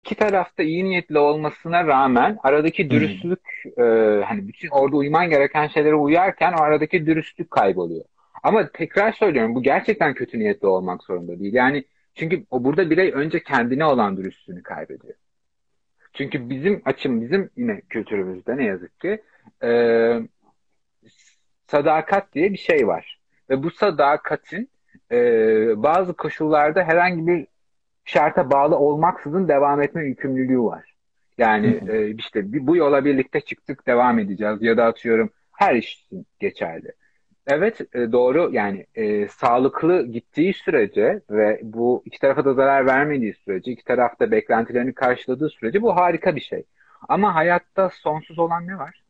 iki tarafta iyi niyetli olmasına rağmen aradaki Hı hı. dürüstlük, e, hani bütün orada uyman gereken şeylere uyarken o aradaki dürüstlük kayboluyor. Ama tekrar söylüyorum, bu gerçekten kötü niyetli olmak zorunda değil. Yani çünkü o burada birey önce kendine olan dürüstlüğünü kaybediyor. Çünkü bizim yine kültürümüzde ne yazık ki e, sadakat diye bir şey var. Ve bu sadakatin bazı koşullarda herhangi bir şarta bağlı olmaksızın devam etme yükümlülüğü var. Hı Yani hı. işte bu yola birlikte çıktık, devam edeceğiz ya da atıyorum her iş için geçerli. Evet, doğru, yani sağlıklı gittiği sürece ve bu iki tarafa da zarar vermediği sürece, iki taraf da beklentilerini karşıladığı sürece bu harika bir şey. Ama hayatta sonsuz olan ne var?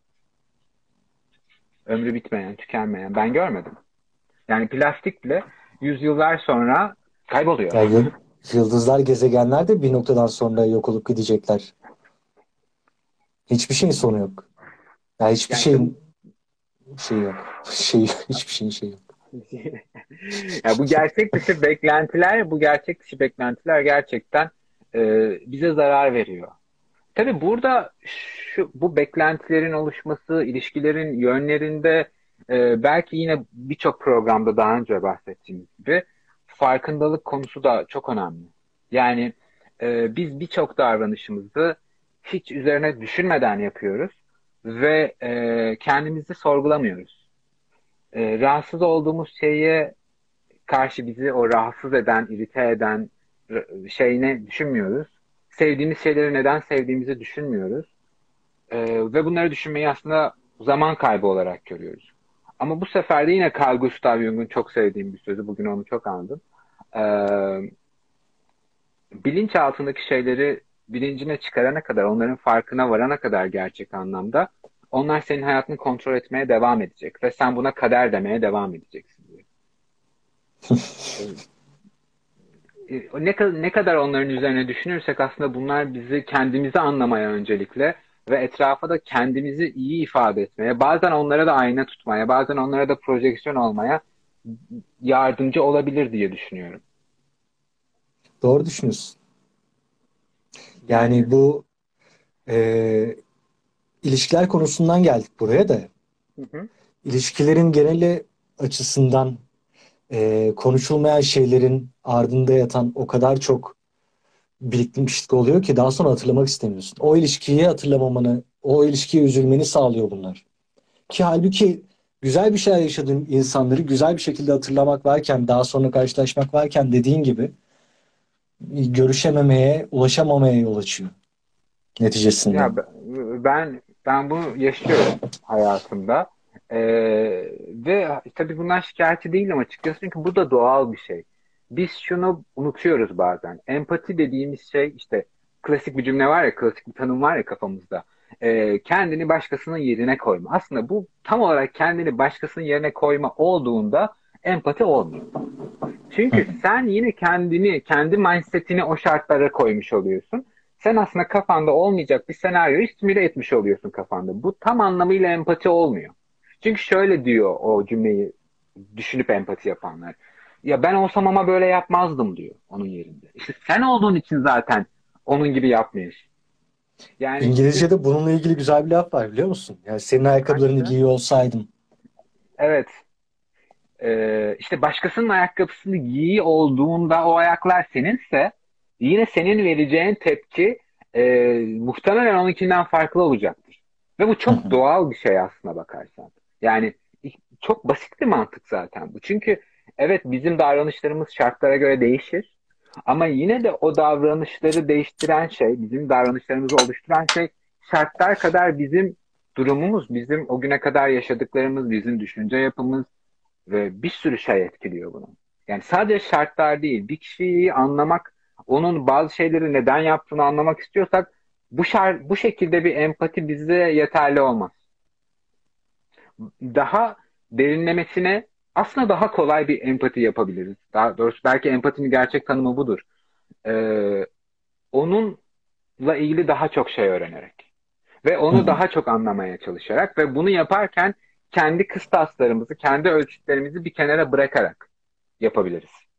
Ömrü bitmeyen, tükenmeyen. Ben görmedim. Yani plastik bile yüzyıllar sonra kayboluyor. Yani yıldızlar, gezegenler de bir noktadan sonra yok olup gidecekler. Hiçbir şeyin sonu yok. Ya hiçbir Yani işte şeyin şeyi yok. Hiçbir şeyin şeyi yok. ya bu gerçek dışı beklentiler gerçekten bize zarar veriyor. Tabii burada bu beklentilerin oluşması, ilişkilerin yönlerinde belki yine birçok programda daha önce bahsettiğimiz gibi farkındalık konusu da çok önemli. Yani biz birçok davranışımızı hiç üzerine düşünmeden yapıyoruz ve kendimizi sorgulamıyoruz. Rahatsız olduğumuz şeye karşı bizi o rahatsız eden, irite eden şeyine düşünmüyoruz. Sevdiğimiz şeyleri neden sevdiğimizi düşünmüyoruz. Ve bunları düşünmeyi aslında zaman kaybı olarak görüyoruz. Ama bu sefer de yine Carl Gustav Jung'un çok sevdiğim bir sözü, bugün onu çok andım. Ee, Bilinç altındaki şeyleri bilincine çıkarana kadar, onların farkına varana kadar gerçek anlamda, onlar senin hayatını kontrol etmeye devam edecek ve sen buna kader demeye devam edeceksin diyor. Ne kadar onların üzerine düşünürsek aslında bunlar bizi kendimizi anlamaya öncelikle ve etrafa da kendimizi iyi ifade etmeye, bazen onlara da ayna tutmaya, bazen onlara da projeksiyon olmaya yardımcı olabilir diye düşünüyorum. Doğru düşünüyorsun. Yani Yani bu ilişkiler konusundan geldik buraya da. hı hı, İlişkilerin geneli açısından konuşulmayan şeylerin ardında yatan o kadar çok birikmişlik oluyor ki daha sonra hatırlamak istemiyorsun. O ilişkiyi hatırlamamanı, o ilişkiye üzülmeni sağlıyor bunlar. Ki halbuki güzel bir şeyler yaşadığın insanları güzel bir şekilde hatırlamak varken, daha sonra karşılaşmak varken dediğin gibi görüşememeye, ulaşamamaya yol açıyor neticesinde. ya ben bunu yaşıyorum hayatımda. Ve tabii bundan şikayetçi değilim açıkçası, çünkü bu da doğal bir şey. Biz şunu unutuyoruz bazen. Empati dediğimiz şey, işte klasik bir cümle var ya, klasik bir tanım var ya kafamızda. Kendini başkasının yerine koyma. Aslında bu tam olarak kendini başkasının yerine koyma olduğunda empati olmuyor. Hı Çünkü hı. sen yine kendi mindsetini o şartlara koymuş oluyorsun. Sen aslında kafanda olmayacak bir senaryoyu simüle etmiş oluyorsun kafanda. Bu tam anlamıyla empati olmuyor. Çünkü şöyle diyor o cümleyi düşünüp empati yapanlar. Ya ben olsam ama böyle yapmazdım diyor onun yerinde. İşte sen olduğun için zaten onun gibi yapmıyorsun. Yani biz İngilizce'de bununla ilgili güzel bir laf var biliyor musun? Yani senin ayakkabılarını hangisi? giyiyor olsaydım. Evet. İşte başkasının ayakkabısını giyiyor olduğunda o ayaklar seninse yine senin vereceğin tepki muhtemelen onunkinden farklı olacaktır. Ve bu Hı çok hı. doğal bir şey aslına bakarsan. Yani çok basit bir mantık zaten bu. Çünkü evet, bizim davranışlarımız şartlara göre değişir. Ama yine de o davranışları değiştiren şey, bizim davranışlarımızı oluşturan şey şartlar kadar bizim durumumuz, bizim o güne kadar yaşadıklarımız, bizim düşünce yapımız, ve bir sürü şey etkiliyor bunu. Yani sadece şartlar değil, bir kişiyi anlamak, onun bazı şeyleri neden yaptığını anlamak istiyorsak bu şekilde bir empati bize yeterli olmaz. Daha derinlemesine aslında daha kolay bir empati yapabiliriz. Daha doğrusu belki empatinin gerçek tanımı budur. Ee, Onunla ilgili daha çok şey öğrenerek ve Hı onu hı. daha çok anlamaya çalışarak ve bunu yaparken kendi kıstaslarımızı, kendi ölçütlerimizi bir kenara bırakarak yapabiliriz.